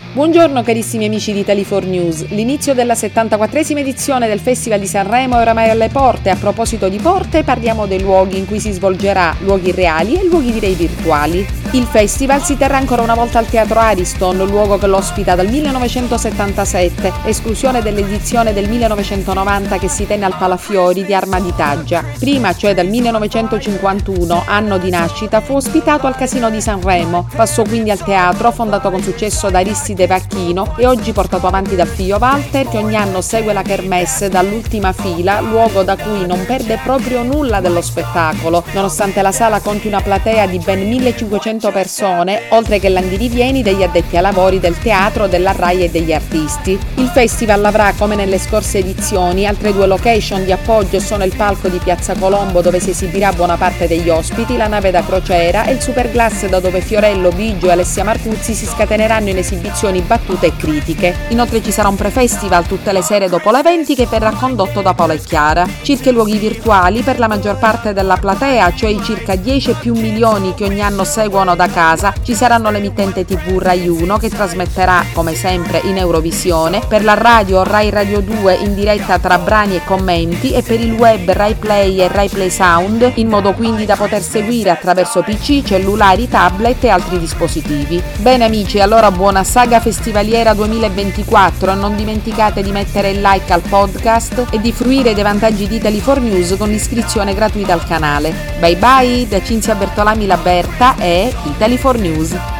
Buongiorno carissimi amici di Italy4 News. L'inizio della 74esima edizione del Festival di Sanremo è oramai alle porte. A proposito di porte, parliamo dei luoghi in cui si svolgerà, luoghi reali e luoghi direi virtuali. Il festival si terrà ancora una volta al Teatro Ariston, luogo che lo ospita dal 1977, esclusione dell'edizione del 1990 che si tenne al Palafiori di Armaditaggia. Prima, cioè dal 1951, anno di nascita, fu ospitato al Casino di Sanremo. Passò quindi al teatro, fondato con successo da Aristide Vacchino e oggi portato avanti dal figlio Walter, che ogni anno segue la kermesse dall'ultima fila, luogo da cui non perde proprio nulla dello spettacolo, nonostante la sala conti una platea di ben 1500 persone, oltre che l'andirivieni degli addetti ai lavori del teatro, della RAI e degli artisti. Il festival avrà, come nelle scorse edizioni, altre due location di appoggio. Sono il palco di Piazza Colombo, dove si esibirà buona parte degli ospiti, la nave da crociera e il Superglass, da dove Fiorello, Biggio e Alessia Marcuzzi si scateneranno in esibizioni battute e critiche. Inoltre ci sarà un pre-festival tutte le sere dopo le 20 che verrà condotto da Paola e Chiara. Circa i luoghi virtuali, per la maggior parte della platea, cioè i circa 10 e più milioni che ogni anno seguono da casa, ci saranno l'emittente TV Rai 1 che trasmetterà come sempre in Eurovisione, per la radio Rai Radio 2 in diretta tra brani e commenti e per il web Rai Play e Rai Play Sound, in modo quindi da poter seguire attraverso PC, cellulari, tablet e altri dispositivi. Bene amici, allora buona saga festivaliera 2024, non dimenticate di mettere il like al podcast e di fruire dei vantaggi di Italy4 News con l'iscrizione gratuita al canale. Bye bye da Cinzia Bertolami Laberta e Italy4 News.